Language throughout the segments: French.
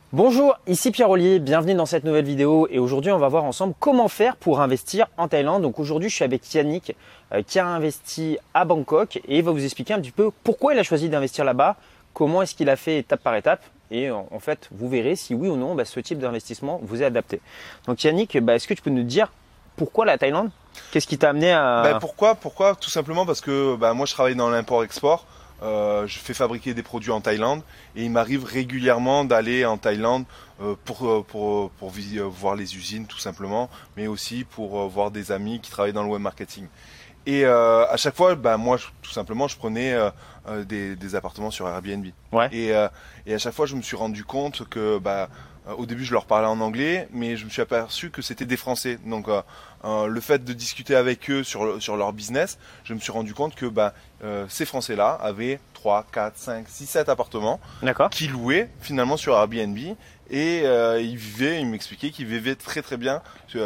Bonjour, ici Pierre Ollier, bienvenue dans cette nouvelle vidéo et aujourd'hui on va voir ensemble comment faire pour investir en Thaïlande. Donc aujourd'hui je suis avec Yannick qui a investi à Bangkok et il va vous expliquer un petit peu pourquoi il a choisi d'investir là-bas, comment est-ce qu'il a fait étape par étape et en fait vous verrez si oui ou non ce type d'investissement vous est adapté. Donc Yannick, est-ce que tu peux nous dire pourquoi la Thaïlande? Qu'est-ce qui t'a amené à… Pourquoi? Tout simplement parce que moi je travaille dans l'import-export. Je fais fabriquer des produits en Thaïlande et il m'arrive régulièrement d'aller en Thaïlande pour voir les usines tout simplement, mais aussi pour voir des amis qui travaillent dans le web marketing. Et à chaque fois, moi tout simplement, je prenais des appartements sur Airbnb. Ouais. Et à chaque fois, je me suis rendu compte que au début, je leur parlais en anglais, mais je me suis aperçu que c'était des Français. Donc, le fait de discuter avec eux sur leur business, je me suis rendu compte que ces Français-là avaient 3, 4, 5, 6, 7 appartements qui louaient finalement sur Airbnb. Et ils m'expliquaient qu'ils vivaient très très bien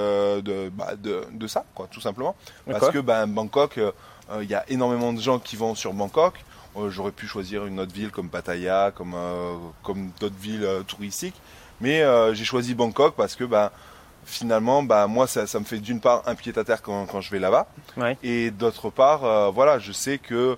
de ça, quoi, tout simplement. Parce que Bangkok, il y a énormément de gens qui vont sur Bangkok. J'aurais pu choisir une autre ville comme Pattaya, comme d'autres villes touristiques. Mais j'ai choisi Bangkok parce que finalement, moi, ça me fait d'une part un pied à terre quand je vais là-bas. Ouais. Et d'autre part, je sais que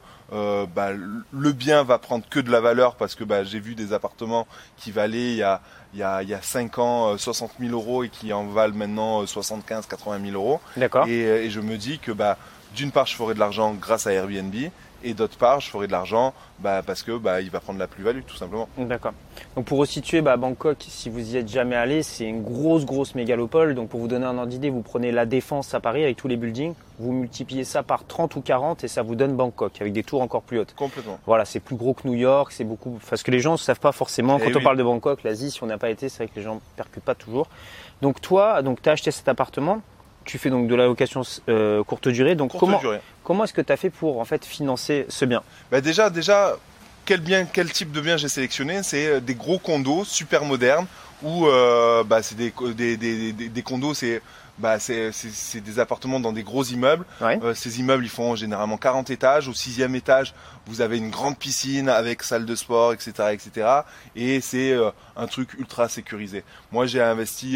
le bien va prendre que de la valeur parce que j'ai vu des appartements qui valaient il y a 5 ans 60 000 euros et qui en valent maintenant 75 80 000 euros. D'accord. Et je me dis que d'une part, je ferai de l'argent grâce à Airbnb. Et d'autre part, je ferai de l'argent parce que il va prendre la plus-value, tout simplement. D'accord. Donc pour resituer, Bangkok, si vous y êtes jamais allé, c'est une grosse mégalopole. Donc pour vous donner un ordre d'idée, vous prenez la Défense à Paris avec tous les buildings, vous multipliez ça par 30 ou 40 et ça vous donne Bangkok avec des tours encore plus hautes. Complètement. Voilà, c'est plus gros que New York, c'est beaucoup… Parce que les gens ne savent pas forcément, quand on parle de Bangkok, l'Asie, si on n'a pas été, c'est vrai que les gens ne percutent pas toujours. Donc toi, tu as acheté cet appartement. Tu fais donc de la location courte durée. Donc comment est-ce que tu as fait pour en fait financer ce bien? Déjà, quel type de bien j'ai sélectionné? C'est des gros condos super modernes où c'est des condos, c'est des appartements dans des gros immeubles. Ouais. Ces immeubles, ils font généralement 40 étages. Au 6e étage, vous avez une grande piscine avec salle de sport, etc., etc. Et c'est un truc ultra sécurisé. Moi, j'ai investi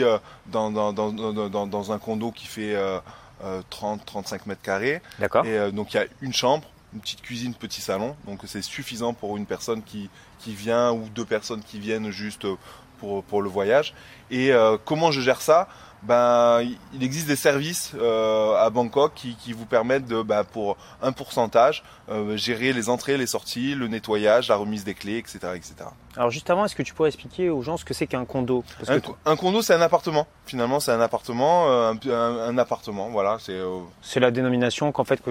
dans un condo qui fait 30-35 mètres carrés. D'accord. Et donc, il y a une chambre, une petite cuisine, petit salon. Donc, c'est suffisant pour une personne qui vient ou deux personnes qui viennent juste pour le voyage. Et comment je gère ça? Il existe des services à Bangkok qui vous permettent pour un pourcentage gérer les entrées, les sorties, le nettoyage, la remise des clés, etc., etc. Alors juste avant, est-ce que tu pourrais expliquer aux gens ce que c'est qu'un condo? Un condo, c'est un appartement. Finalement, c'est un appartement, un appartement. Voilà, c'est la dénomination qu'on utilise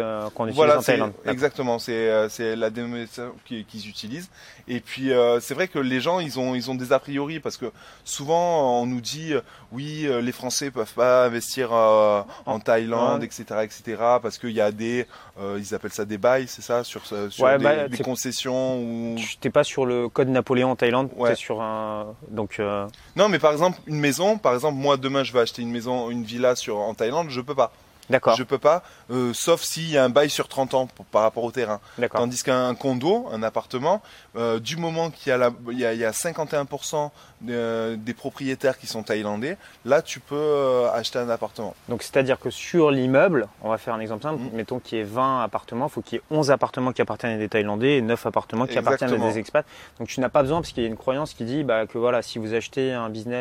en Thaïlande. Exactement, c'est la dénomination qu'ils utilisent. Et puis c'est vrai que les gens, ils ont des a priori parce que souvent on nous dit oui, les Français peuvent pas investir en Thaïlande, etc., etc. Parce qu'il y a ils appellent ça des bails, c'est ça, sur des concessions ou. Tu n'es pas sur le code Napoléon en Thaïlande, tu es sur un Non, mais par exemple une maison, moi demain je vais acheter une maison, une villa en Thaïlande, je peux pas. D'accord. Je peux pas, sauf s'il y a un bail sur 30 ans par rapport au terrain. D'accord. Tandis qu'un condo, un appartement, du moment qu'il y a 51% des propriétaires qui sont thaïlandais, là tu peux acheter un appartement. Donc c'est-à-dire que sur l'immeuble, on va faire un exemple simple, mettons qu'il y ait 20 appartements, il faut qu'il y ait 11 appartements qui appartiennent à des Thaïlandais et 9 appartements qui appartiennent à des expats. Donc tu n'as pas besoin, parce qu'il y a une croyance qui dit que voilà, si vous achetez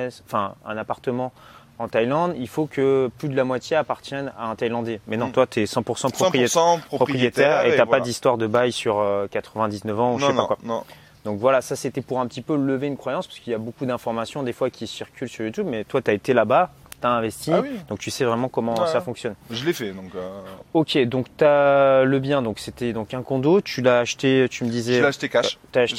un appartement en Thaïlande, il faut que plus de la moitié appartienne à un Thaïlandais. Mais non, toi, tu es 100% propriétaire et tu n'as pas d'histoire de bail sur 99 ans ou je sais pas quoi. Non. Donc voilà, ça c'était pour un petit peu lever une croyance, parce qu'il y a beaucoup d'informations des fois qui circulent sur YouTube, mais toi, tu as été là-bas, tu as investi, donc tu sais vraiment comment ça fonctionne. Je l'ai fait. Donc, Ok, donc tu as le bien, donc c'était donc un condo, tu l'as acheté, tu me disais… Je l'ai acheté cash.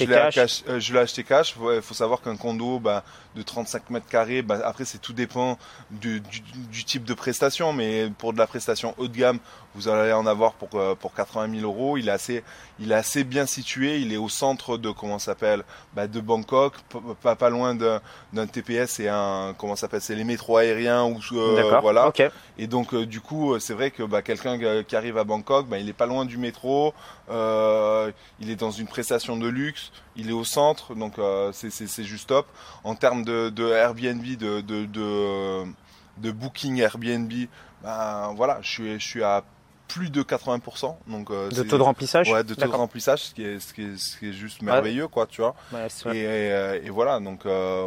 Je l'ai acheté cash. Il faut savoir qu'un condo de 35 mètres carrés, après tout dépend du type de prestation, mais pour de la prestation haut de gamme, vous allez en avoir pour 80 000 euros. Il est assez bien situé, il est au centre de de Bangkok, pas loin d'un TPS et c'est les métros aériens rien ou voilà. Okay. Et donc du coup c'est vrai que quelqu'un qui arrive à Bangkok, il est pas loin du métro, il est dans une prestation de luxe, il est au centre, donc c'est juste top. En termes de Airbnb, de booking Airbnb, voilà, je suis à plus de 80%. Donc, de taux de remplissage. Ouais, de taux de remplissage, ce qui est juste merveilleux, quoi, tu vois. Ouais, et voilà, donc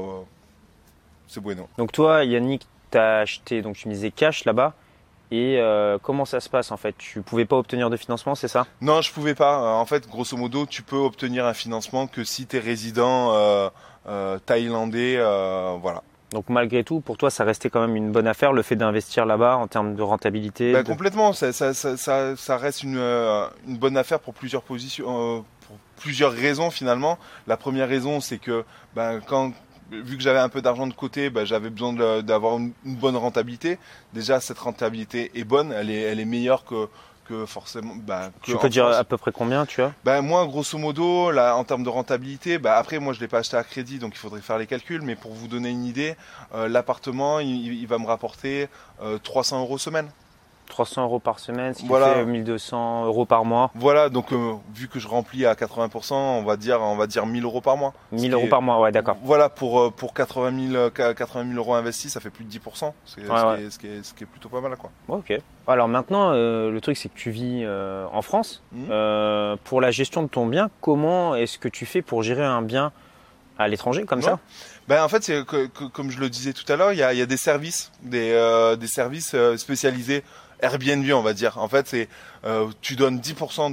c'est bueno. Donc toi, Yannick, tu as acheté, donc tu me disais cash là-bas. Et comment ça se passe en fait? Tu pouvais pas obtenir de financement, c'est ça? Non, je pouvais pas. En fait, grosso modo, tu peux obtenir un financement que si tu es résident thaïlandais, voilà. Donc malgré tout, pour toi, ça restait quand même une bonne affaire, le fait d'investir là-bas en termes de rentabilité? Complètement, ça reste une bonne affaire pour plusieurs positions, pour plusieurs raisons finalement. La première raison, c'est que vu que j'avais un peu d'argent de côté, j'avais besoin d'avoir une bonne rentabilité. Déjà, cette rentabilité est bonne, elle est meilleure que forcément. Tu peux dire à peu près combien tu as? Moi, grosso modo, là, en termes de rentabilité, après, moi, je l'ai pas acheté à crédit, donc il faudrait faire les calculs. Mais pour vous donner une idée, l'appartement, il va me rapporter 300 € semaine. 300 € par semaine, ce qui fait 1200 € par mois. Voilà, donc vu que je remplis à 80%, on va dire 1000 € par mois. 1000 € par mois, ouais, d'accord. Voilà, pour 80 000 € investis, ça fait plus de 10%, ce qui est plutôt pas mal, quoi. Ok. Alors maintenant, le truc, c'est que tu vis en France. Pour la gestion de ton bien, comment est-ce que tu fais pour gérer un bien à l'étranger comme ça? En fait, c'est comme je le disais tout à l'heure, il y a des services, des services spécialisés. Airbnb, on va dire. En fait, c'est tu donnes 10%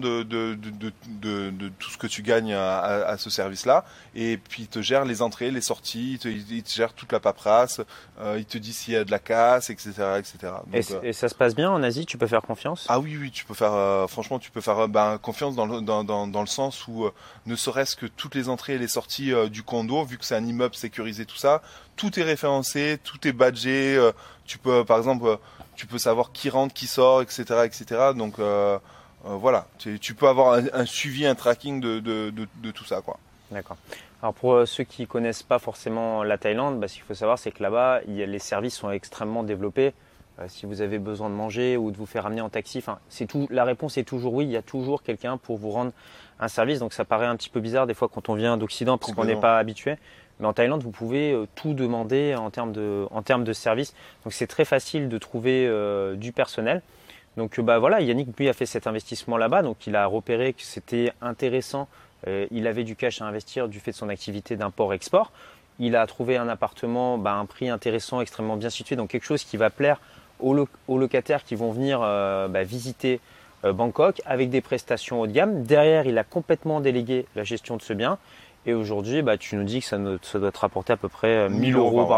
de tout ce que tu gagnes à ce service-là, et puis il te gère les entrées, les sorties, il te gère toute la paperasse, il te dit s'il y a de la casse, etc., etc. Donc, et ça se passe bien en Asie? Tu peux faire confiance? Ah oui, tu peux faire. Franchement, tu peux faire confiance dans le sens où ne serait-ce que toutes les entrées et les sorties du condo, vu que c'est un immeuble sécurisé, tout est référencé, tout est badgé. Tu peux, par exemple, tu peux savoir qui rentre, qui sort, etc., etc. Donc voilà, tu peux avoir un suivi, un tracking de tout ça, quoi. D'accord. Alors pour ceux qui connaissent pas forcément la Thaïlande, ce qu'il faut savoir, c'est que là-bas, les services sont extrêmement développés. Si vous avez besoin de manger ou de vous faire amener en taxi, la réponse est toujours oui. Il y a toujours quelqu'un pour vous rendre un service. Donc ça paraît un petit peu bizarre des fois quand on vient d'Occident parce qu'on n'est pas habitué. Mais en Thaïlande, vous pouvez tout demander en termes de service. Donc c'est très facile de trouver du personnel. Donc voilà, Yannick lui a fait cet investissement là-bas. Donc il a repéré que c'était intéressant. Il avait du cash à investir du fait de son activité d'import-export. Il a trouvé un appartement à un prix intéressant, extrêmement bien situé. Donc quelque chose qui va plaire aux locataires qui vont venir visiter Bangkok avec des prestations haut de gamme. Derrière, il a complètement délégué la gestion de ce bien. Et aujourd'hui, tu nous dis que ça doit te rapporter à peu près 1000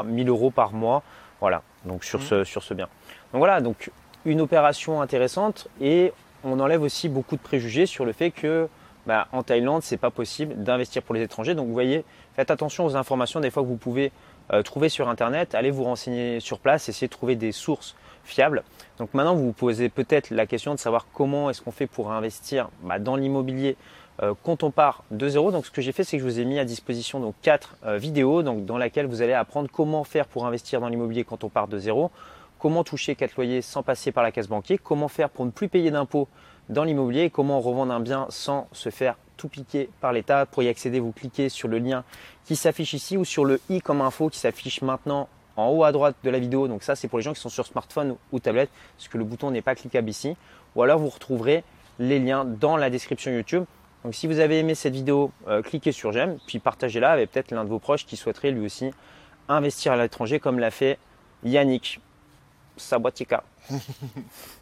€ par mois. Voilà, donc sur ce bien. Donc voilà, donc une opération intéressante et on enlève aussi beaucoup de préjugés sur le fait que en Thaïlande, c'est pas possible d'investir pour les étrangers. Donc vous voyez, faites attention aux informations des fois que vous pouvez trouver sur Internet. Allez vous renseigner sur place, essayez de trouver des sources fiables. Donc maintenant, vous vous posez peut-être la question de savoir comment est-ce qu'on fait pour investir dans l'immobilier quand on part de zéro. Donc ce que j'ai fait, c'est que je vous ai mis à disposition donc 4 vidéos dans lesquelles vous allez apprendre comment faire pour investir dans l'immobilier quand on part de zéro, comment toucher 4 loyers sans passer par la case banquier, comment faire pour ne plus payer d'impôts dans l'immobilier et comment revendre un bien sans se faire tout piquer par l'État. Pour y accéder, vous cliquez sur le lien qui s'affiche ici ou sur le i comme info qui s'affiche maintenant en haut à droite de la vidéo. Donc ça, c'est pour les gens qui sont sur smartphone ou tablette parce que le bouton n'est pas cliquable ici. Ou alors, vous retrouverez les liens dans la description YouTube. Donc si vous avez aimé cette vidéo, cliquez sur j'aime, puis partagez-la avec peut-être l'un de vos proches qui souhaiterait lui aussi investir à l'étranger comme l'a fait Yannick Sabotika.